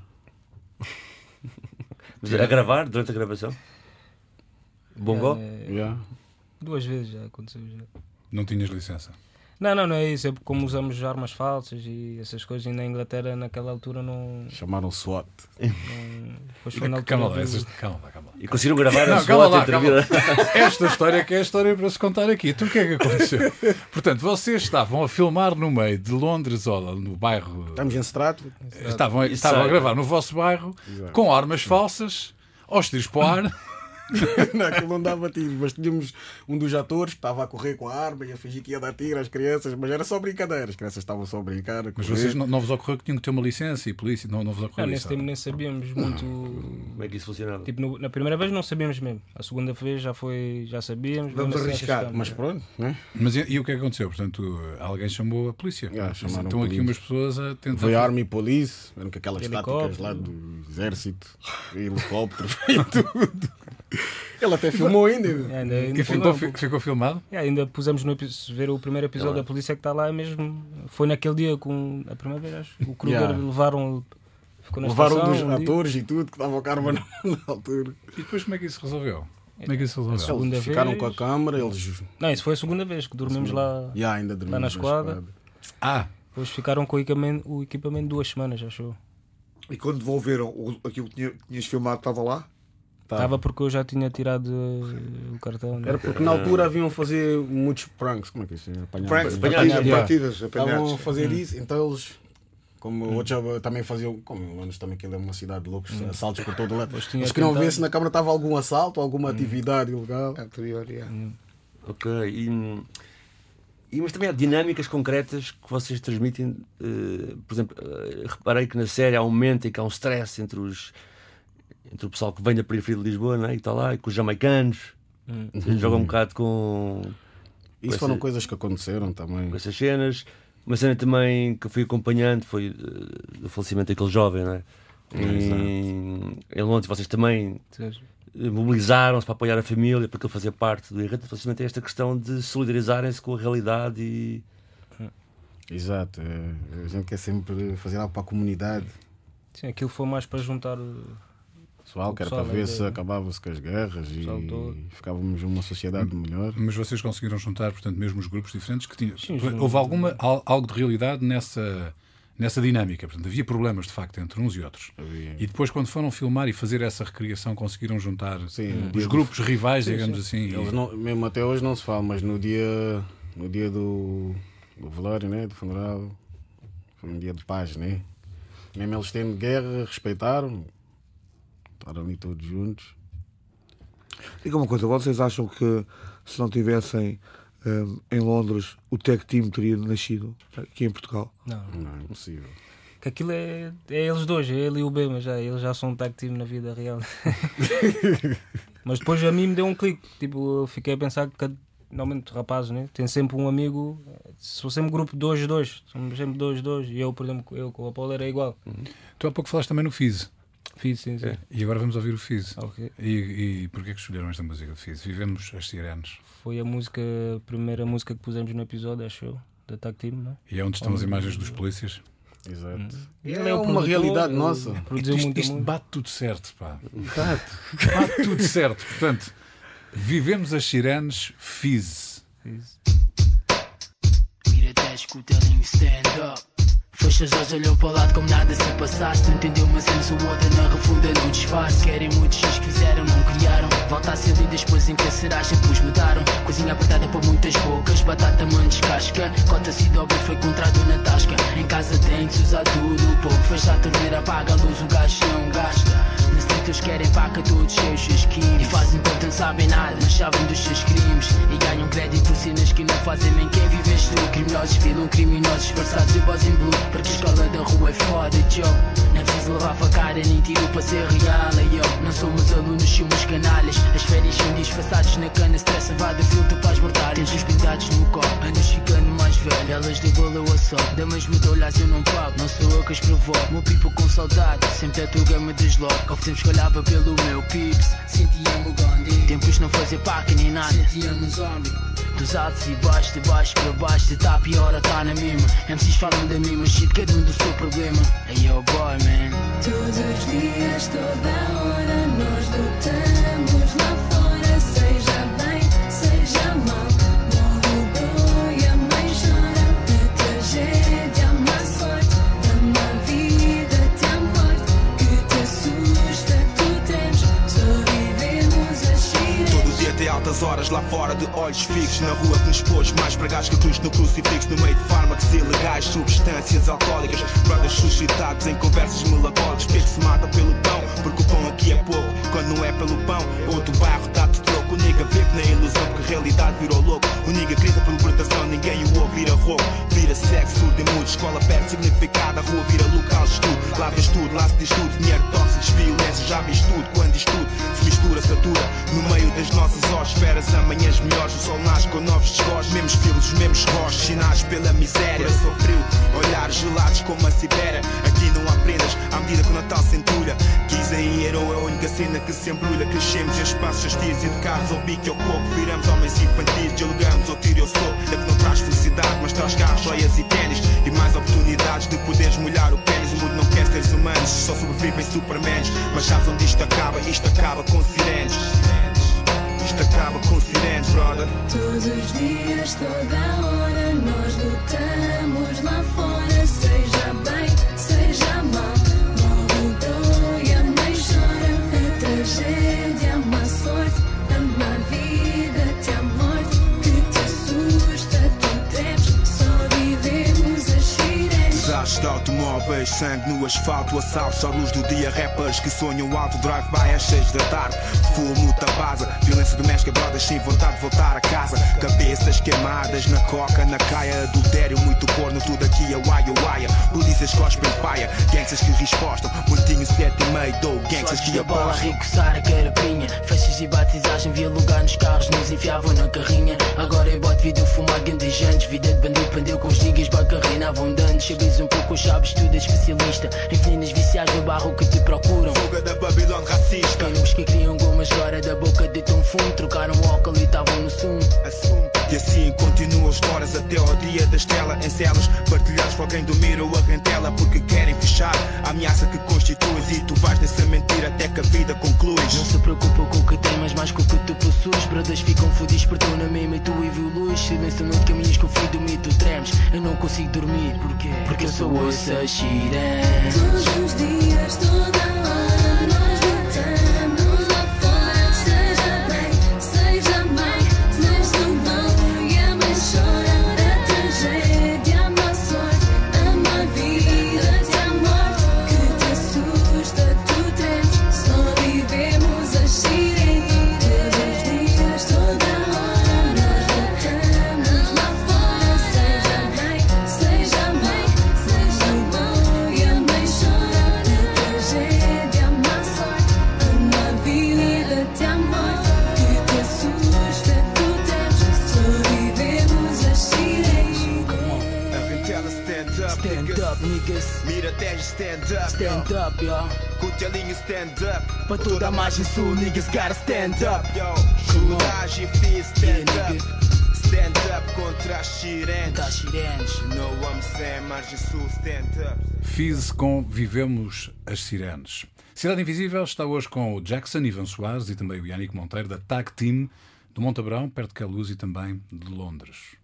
Mas a gravar, durante a gravação? Bongo? Yeah. 2 vezes já aconteceu. Já. Não tinhas licença. Não é isso. É como usamos armas falsas e essas coisas. E na Inglaterra, naquela altura, não. Chamaram SWAT. Depois foi na altura. Calma lá, do- calma lá. E conseguiram gravar a Não, calma sua lá, entrevista? Esta história que é a história para se contar aqui. Então o que é que aconteceu? Portanto, vocês estavam a filmar no meio de Londres, ou no bairro. Estamos em Stratford. Estavam a gravar no vosso bairro com armas falsas, aos tiros para o ar. Não, aquilo não dava tiro, mas tínhamos um dos atores que estava a correr com a arma e a fingir que ia dar tiro às crianças, mas era só brincadeira, as crianças estavam só a brincar. Mas vocês não vos ocorreu que tinham que ter uma licença e polícia? Não vos ocorreu Nesse isso? tempo nem sabíamos muito. Como é que isso funcionava? Tipo, na primeira vez não sabíamos mesmo. A segunda vez já sabíamos. Vamos mesmo assim arriscar, arriscamos. Mas pronto, né? Mas e o que é que aconteceu? Portanto, alguém chamou a polícia. Chamaram Estão a aqui polícia. umas pessoas a tentar. Foi Army Police, eram com aquelas táticas Helicóptero. lá do exército, helicóptero e tudo. Ele até filmou ainda. Ainda E ficou filmado? ainda pusemos no ver o primeiro episódio da polícia que está lá mesmo. Foi naquele dia com a primeira vez, acho. O Kruger Yeah. ficou na Levaram um estação, dos dia. atores e tudo, que estavam com a arma na altura. E depois como é que isso resolveu? Como é que isso resolveu? Segunda Eles ficaram vez. com a câmara, eles Não, isso foi a segunda vez que dormimos lá. ainda dormimos na esquadra. Ah, Depois ficaram com o equipamento 2 semanas, achou? E quando devolveram aquilo que tinhas filmado, estava lá? Estava porque eu já tinha tirado o cartão. né? Era porque na altura haviam fazer muitos pranks, como é que é isso? Pranks, apanhados. partidas, Estavam a apanhados. fazer isso, então eles, como outros já também faziam, como em Londres também aquilo é uma cidade de loucos, assaltos por todo o lado. Pois tinha Eles queriam ver tentado. se na câmara estava algum assalto, alguma atividade ilegal. Anterior, yeah. Ok. Mas também há dinâmicas concretas que vocês transmitem. Por exemplo, reparei que na série há um momento em que há um stress entre o pessoal que vem da periferia de Lisboa, não é? E está lá, e com os jamaicanos. Vocês jogam um bocado com Isso foram coisas que aconteceram também. essas cenas. Uma cena também que eu fui acompanhando foi do falecimento daquele jovem, não é? Em Londres, vocês também mobilizaram-se para apoiar a família, porque ele fazia parte do enredo. Falecimento é esta questão de solidarizarem-se com a realidade e. Exato, a gente quer sempre fazer algo para a comunidade. Sim, aquilo foi mais para juntar. Pessoal, que era para pessoal ver ainda- se acabava-se com as guerras pessoal todo. e ficávamos numa sociedade melhor. mas vocês conseguiram juntar, portanto, mesmo os grupos diferentes que tinham. Sim, Houve algo de realidade nessa dinâmica. Portanto, havia problemas de facto entre uns e outros. Havia. E depois, quando foram filmar e fazer essa recriação, conseguiram juntar Sim, no os dia do- grupos rivais, digamos assim. Eles não, mesmo até hoje não se fala, mas no dia do velório, né, do funeral, foi um dia de paz, né? Mesmo eles tendo guerra, respeitaram, estaram ali todos juntos. Diga uma coisa, vocês acham que se não tivessem em Londres o tag team teria nascido aqui em Portugal? Não. Não, é impossível. Que aquilo é eles dois, é ele e o B, mas eles já são um tag team na vida real. Mas depois a mim me deu um clique. Tipo, eu fiquei a pensar que normalmente rapazes, né? Tem sempre um amigo, sou sempre grupo 2-2, somos sempre 2-2, e eu, por exemplo, eu com o Apolo era igual. Tu há pouco falaste também no Fizz. Fiz, sim. E agora vamos ouvir o Fizz. Okay. E porquê que escolheram esta música do Fizz? Vivemos as Sirenes. Foi a primeira música que pusemos no episódio, acho eu, da Tag Team, né? E é onde estão as imagens dos polícias. Exato. Ele É uma realidade nossa. Produziu muito. Isto bate tudo certo, pá. Exato. Bate tudo certo. Portanto, Vivemos as Sirenes, Fizz. Vira até escutelinho stand-up. Fecha os olhos, olhou para o lado como nada se passasse. Não entendeu uma cena, sou outra na refunda, não disfarce. Querem muitos X que fizeram, não criaram. Volta a ser ali, depois encarceragem, depois mudaram. Cozinha apertada para muitas bocas, batata mãe descasca. Cota-se dobra foi encontrado na tasca. Em casa tem que se usar tudo pouco. Fecha a torneira, apaga a luz, o gás não gasta. Na street eles querem paca, todos cheios de skins. E fazem tanto, não sabem nada, mas sabem dos seus crimes. E ganham crédito por cenas que não fazem nem quem vives tu. Criminosos filam criminosos disfarçados de voz em blue. Porque a escola da rua é foda, Joe. Não é preciso levar facada nem tiro para ser real, yo. Não somos alunos, somos canalhas. As férias são disfarçados na cana. Stress levado filtro para as mortalhas. Tens os pintados no copo, anos ficando mais velho. Elas de bola eu assalto, damas me olhas eu não pago. Não sou eu que as provoco, meu pipo com saudade. Sempre a tua gama desloca. Houve tempos que olhava pelo meu pips, sentia-me o Gandhi. Tempos não fazia paca nem nada, sentia-me zombie. Dos altos e baixos, de baixo para baixo, de tá pior ou tá na mesma. MCs falam da mesma shit, cada um do seu problema. Hey yo boy, man. Todos os dias, toda hora, nós lutamos lá fora. Seja bem, seja mal, morre o boi, a mãe chora. A tragédia, a má sorte, a má vida te morte. Que te assusta, tu temes, só vivemos a xiras. Todo dia tem altas horas lá fora, de olhos fixos na rua que nos pôs mais para gás que cruz no crucifixo. No meio de fármacos ilegais, substâncias alcoólicas, brothers suscitados em conversas melancólicas. Porque se mata pelo pão, porque o pão aqui é pouco. Quando não é pelo pão, outro bairro dá-te troco. O nigga vive na ilusão porque a realidade virou louco. O nigga grita por libertação, ninguém o ouve, vira roubo. Vira sexo, surdo e mudo, escola perde significado. A rua vira local de estudo, lá vês tudo, lá se diz tudo. Dinheiro, tóxicos, violência, já vês tudo. Quando isto tudo se mistura, satura no meio das nossas horas. Esperas amanhãs melhores, o sol nasce com novos desgostos. Mesmos filhos, os mesmos rostos, sinais pela miséria. Sou frio, olhares gelados como a Sibéria. Aqui não há prendas, à medida que o Natal se entulha. Quis aí herói, é a única cena que se embrulha. Crescemos em espaços hostiles, educados ao bico e ao coco. Viramos homens infantis, dialogamos ao tiro e ao soco. É que não traz felicidade, mas traz carros, joias e ténis. E mais oportunidades de poderes molhar o pênis. O mundo não quer seres humanos, só sobrevivem supermans. Mas sabes onde isto acaba? Isto acaba com sirenes. Isto acaba com sirenes, brother. Todos os dias, toda hora, nós lutamos lá fora. Seja bem, seja mal, morre o boi, a mãe chora. A tragédia, a má sorte, a má vida te a morte. Que te assusta, tu temes, só vivemos as xirenes. Desastres de automóveis, sangue no asfalto, assaltos à luz do dia, rappers que sonham alto, drive-by às 6 da tarde, fumo, tabasa, violência doméstica, brothers sem vontade de voltar a casa, cabeças queimadas na coca, na caia, adultério, muito corno, tudo aqui é uaia, polícias cospem paia, gangsters que respostam, montinho 7,5, dou gangsters que a bola a apostam. recoçar a carapinha. Festas e batizagem, via lugar nos carros, nos enfiavam na carrinha. Agora é bote, vídeo, fumar, gandejantes. Vida de bandido, pendeu com os niggas, bacarrina, abundantes. Sabes um pouco, sabes tudo, é especialista. Em meninas viciais no barro que te procuram. Fuga da Babilônia racista. Canos que criam gomas, agora da boca de tão fundo. Trocaram o álcool e estavam no sumo. E assim continuam as horas até ao dia da estela. Em celas partilhados por alguém dormir ou a rentela. Porque querem fechar a ameaça que constituis. E tu vais nessa mentira até que a vida concluis. Não se preocupa com o que tem, mas mais com o que tu possuis. Brothers ficam fodidos por tu na mesma e tu evoluis. Silêncio no caminhos que eu fui dormir, tu tremes. Eu não consigo dormir, porquê? Porque eu sou ouço a xirenes. Todos os dias, toda hora, nós lutamos lá fora. Seja bem, seja mal, seja o mal e a mãe chora. A tragédia, a má sorte, a má vida te a morte. Que te assusta, tu temes, só vivemos as sirenes. Todos os dias, toda hora, nós lutamos lá fora. Seja bem, seja mal, seja o mal e a mãe chora. A stand up. Stand up, yo. Com o telinho stand up. Para toda a margem sul, niggas gotta stand up. Yo, coragem, fiz stand up. Stand up contra as Contra as sirenes. sirenes. You know what I'm saying, margem sul, stand up. Fiz com Vivemos as Sirenes. Cidade Invisível está hoje com o Jackson, Ivan Soares e também o Yannick Monteiro, da Tag Team do Montabrão, perto de Queluz e também de Londres.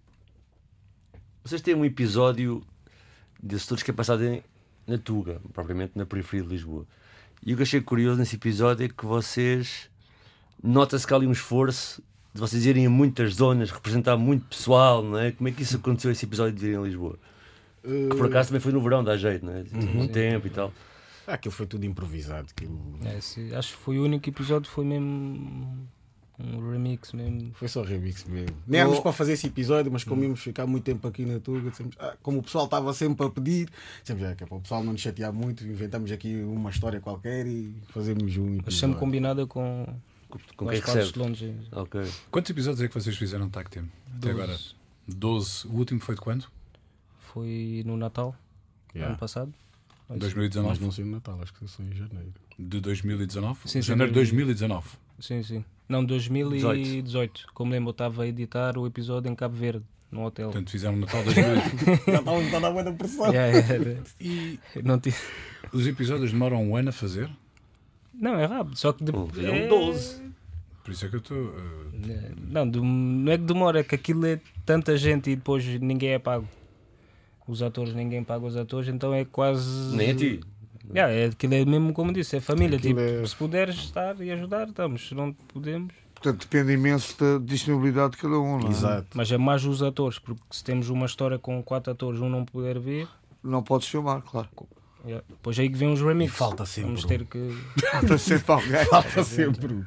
Vocês têm um episódio desses todos que é passado na Tuga, propriamente na periferia de Lisboa. E o que achei curioso nesse episódio é que vocês... Nota-se que há ali um esforço de vocês irem a muitas zonas, representar muito pessoal, não é? Como é que isso aconteceu, esse episódio de virem a Lisboa? Que por acaso também foi no verão, dá jeito, não é? Um tempo e tal. Aquilo foi tudo improvisado. Acho que foi o único episódio, foi mesmo um remix mesmo. Foi só remix mesmo. Nem éramos para fazer esse episódio, mas como íamos ficar muito tempo aqui na Tuga, dissemos, como o pessoal estava sempre a pedir, dissemos, que é para o pessoal não nos chatear muito, inventamos aqui uma história qualquer e fazemos um episódio. Mas sempre combinada com quem as partes recebe. de Londres. Ok. Quantos episódios é que vocês fizeram Tag Team até 12. agora? 12. O último foi de quando? Foi no Natal, ano passado. 2019? Mas não sei no Natal, acho que foi em janeiro. De 2019? Sim, Janeiro de 2019. Sim, sim. Não, 2018. Como lembro, eu estava a editar o episódio em Cabo Verde, no hotel. Portanto, fizeram Natal 2018. Já estávamos a dar muita pressão. E não tive... os episódios demoram um ano a fazer? Não, é rápido, só que Fizeram 12. Por isso é que eu estou... Não é que demora, é que aquilo é tanta gente e depois ninguém é pago. Os atores, ninguém paga os atores, então é quase... Nem a ti. Aquilo é mesmo como disse, é família. Aquilo Tipo, é- se puderes estar e ajudar, estamos. Se não podemos. Portanto, depende imenso da disponibilidade de cada um, não é? Exato. Mas é mais os atores, porque se temos uma história com 4 atores, um não puder vir, Não podes filmar, claro. depois aí que vem os remixes. E falta sempre Vamos um. ter que. Falta sempre alguém. Falta sempre.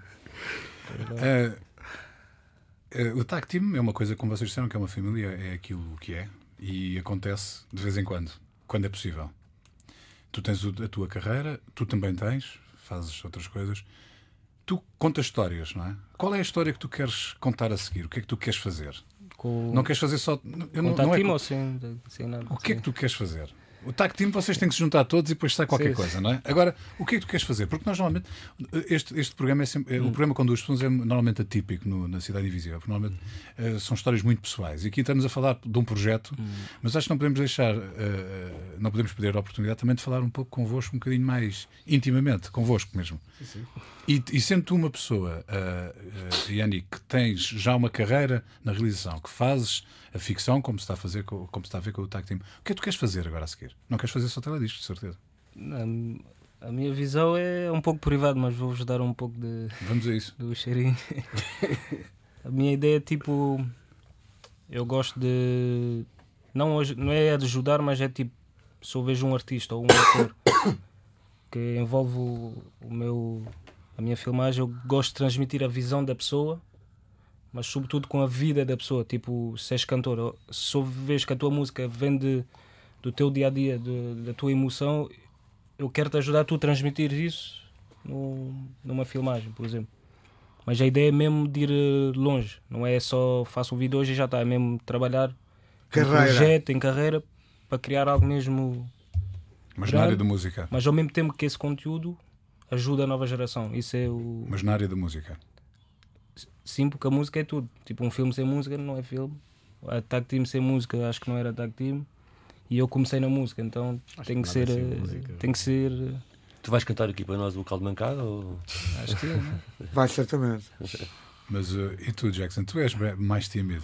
O Tag Team é uma coisa, como vocês disseram, que é uma família, é aquilo que é. E acontece de vez em quando é possível. Tu tens a tua carreira, tu também tens, fazes outras coisas. Tu contas histórias, não é? Qual é a história que tu queres contar a seguir? O que é que tu queres fazer? Com... Não queres fazer só... Com Tag Team ou sem nada? O que é que tu queres fazer? O Tag Team vocês têm que se juntar todos e depois sai qualquer Sim. coisa, não é? Agora, o que é que tu queres fazer? Porque nós normalmente, este programa é sempre, o programa com duas pessoas é normalmente atípico na Cidade Invisível, porque normalmente são histórias muito pessoais. E aqui estamos a falar de um projeto, mas acho que não podemos deixar, não podemos perder a oportunidade também de falar um pouco convosco, um bocadinho mais intimamente, convosco mesmo. Sim. E sendo tu uma pessoa, Yannick, que tens já uma carreira na realização, que fazes a ficção, como se está a fazer, como se está a ver com o Tag Team, o que é que tu queres fazer agora a seguir? Não queres fazer só telediscos, de certeza. A minha visão é um pouco privada, mas vou-vos dar um pouco Vamos a isso. do cheirinho. A minha ideia é tipo. Eu gosto de. Não é de ajudar, mas é tipo. Se eu vejo um artista ou um ator que envolve a minha filmagem, eu gosto de transmitir a visão da pessoa, mas sobretudo com a vida da pessoa. Tipo, se és cantor, se eu vejo que a tua música vem do teu dia a dia, da tua emoção, eu quero te ajudar a tu transmitir isso numa filmagem, por exemplo. Mas a ideia é mesmo de ir longe, não é só faço um vídeo hoje e já está, é mesmo trabalhar em projeto, em carreira, para criar algo mesmo. Mas grande, na área da música. mas ao mesmo tempo que esse conteúdo ajuda a nova geração. Isso é o. Mas na área da música. Sim, porque a música é tudo. Tipo, um filme sem música não é filme. A Tag Team sem música acho que não era Tag Team. E eu comecei na música, então tem que ser. Tem que ser. Tu vais cantar aqui para nós o Caldo Mancada? Ou... Acho que sim, não é? Vai, certamente. Mas e tu, Jackson? Tu és mais tímido.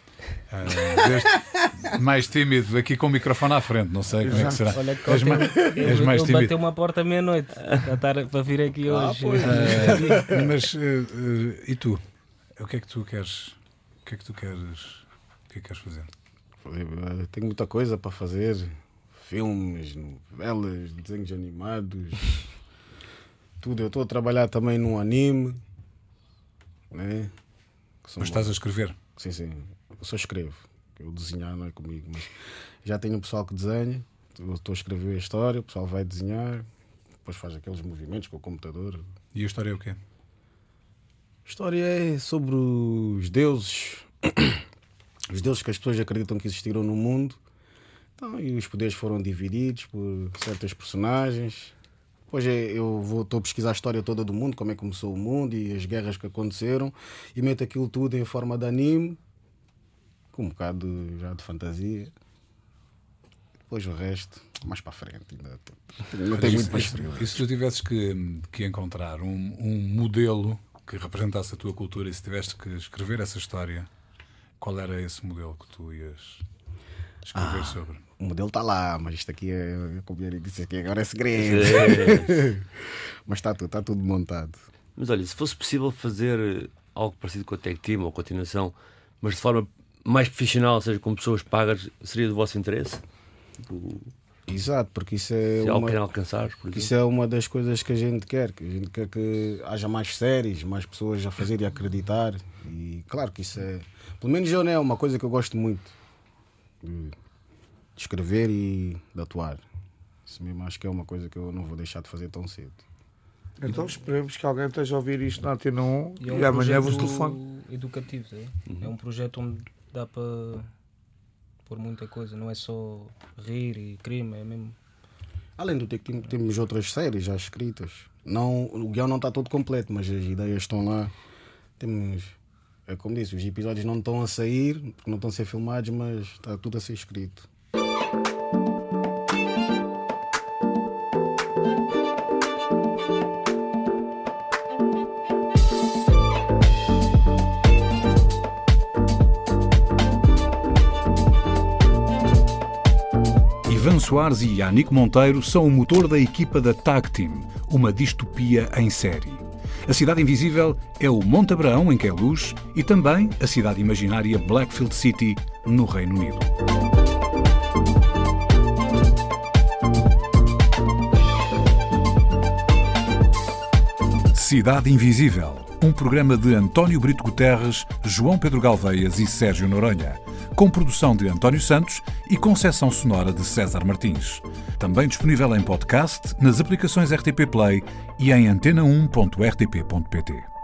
Mais tímido aqui com o microfone à frente, não sei como é que será. Olha, que És mais ele tímido. bateu uma porta meia-noite para vir aqui hoje. Mas e tu? O que é que tu queres? O que é que tu queres? O que é que queres fazer? Tenho muita coisa para fazer. Filmes, novelas, desenhos animados, tudo. Eu estou a trabalhar também num anime, né? Mas estás a escrever? Sim, sim. Eu só escrevo. Eu desenhar não é comigo, mas já tenho um pessoal que desenha. Eu estou a escrever a história, o pessoal vai desenhar, depois faz aqueles movimentos com o computador. E a história é o quê? A história é sobre os deuses, os deuses que as pessoas acreditam que existiram no mundo, Então, e os poderes foram divididos por certas personagens. Depois estou a pesquisar a história toda do mundo, como é que começou o mundo e as guerras que aconteceram, e meto aquilo tudo em forma de anime, com um bocado já de fantasia. Depois o resto, mais para a frente. Ainda tem muito para escrever. E se tu tivesses que encontrar um modelo que representasse a tua cultura, e se tivesse que escrever essa história, qual era esse modelo que tu ias escrever sobre? O modelo está lá, mas isto aqui como eu disse aqui, agora é segredo. Mas está tudo montado. Mas olha, se fosse possível fazer algo parecido com a Tech Team ou a continuação, mas de forma mais profissional, ou seja, com pessoas pagas, seria do vosso interesse? Exato, porque isso é algo que querem alcançar, por exemplo. Isso é uma das coisas que a gente quer que haja mais séries, mais pessoas a fazer e a acreditar. E claro que isso é, pelo menos eu, é uma coisa que eu gosto muito de escrever e de atuar. Isso mesmo, acho que é uma coisa que eu não vou deixar de fazer tão cedo. Então esperemos que alguém esteja a ouvir isto na Antena 1 E e amanhã vos telefone. Educativo, é um projeto onde dá para pôr muita coisa, não é só rir e crime, é mesmo. Além do Tech Team, temos outras séries já escritas. O guião não está todo completo, mas as ideias estão lá. Temos, é como disse, os episódios não estão a sair, porque não estão a ser filmados, mas está tudo a ser escrito. Ivan Soares e Yannick Monteiro são o motor da equipa da Tag Team, uma distopia em série. A Cidade Invisível é o Monte Abraão, em Queluz, e também a cidade imaginária Blackfield City, no Reino Unido. Cidade Invisível, um programa de António Brito Guterres, João Pedro Galveias e Sérgio Noronha, com produção de António Santos e concessão sonora de César Martins. Também disponível em podcast, nas aplicações RTP Play e em antena1.rtp.pt.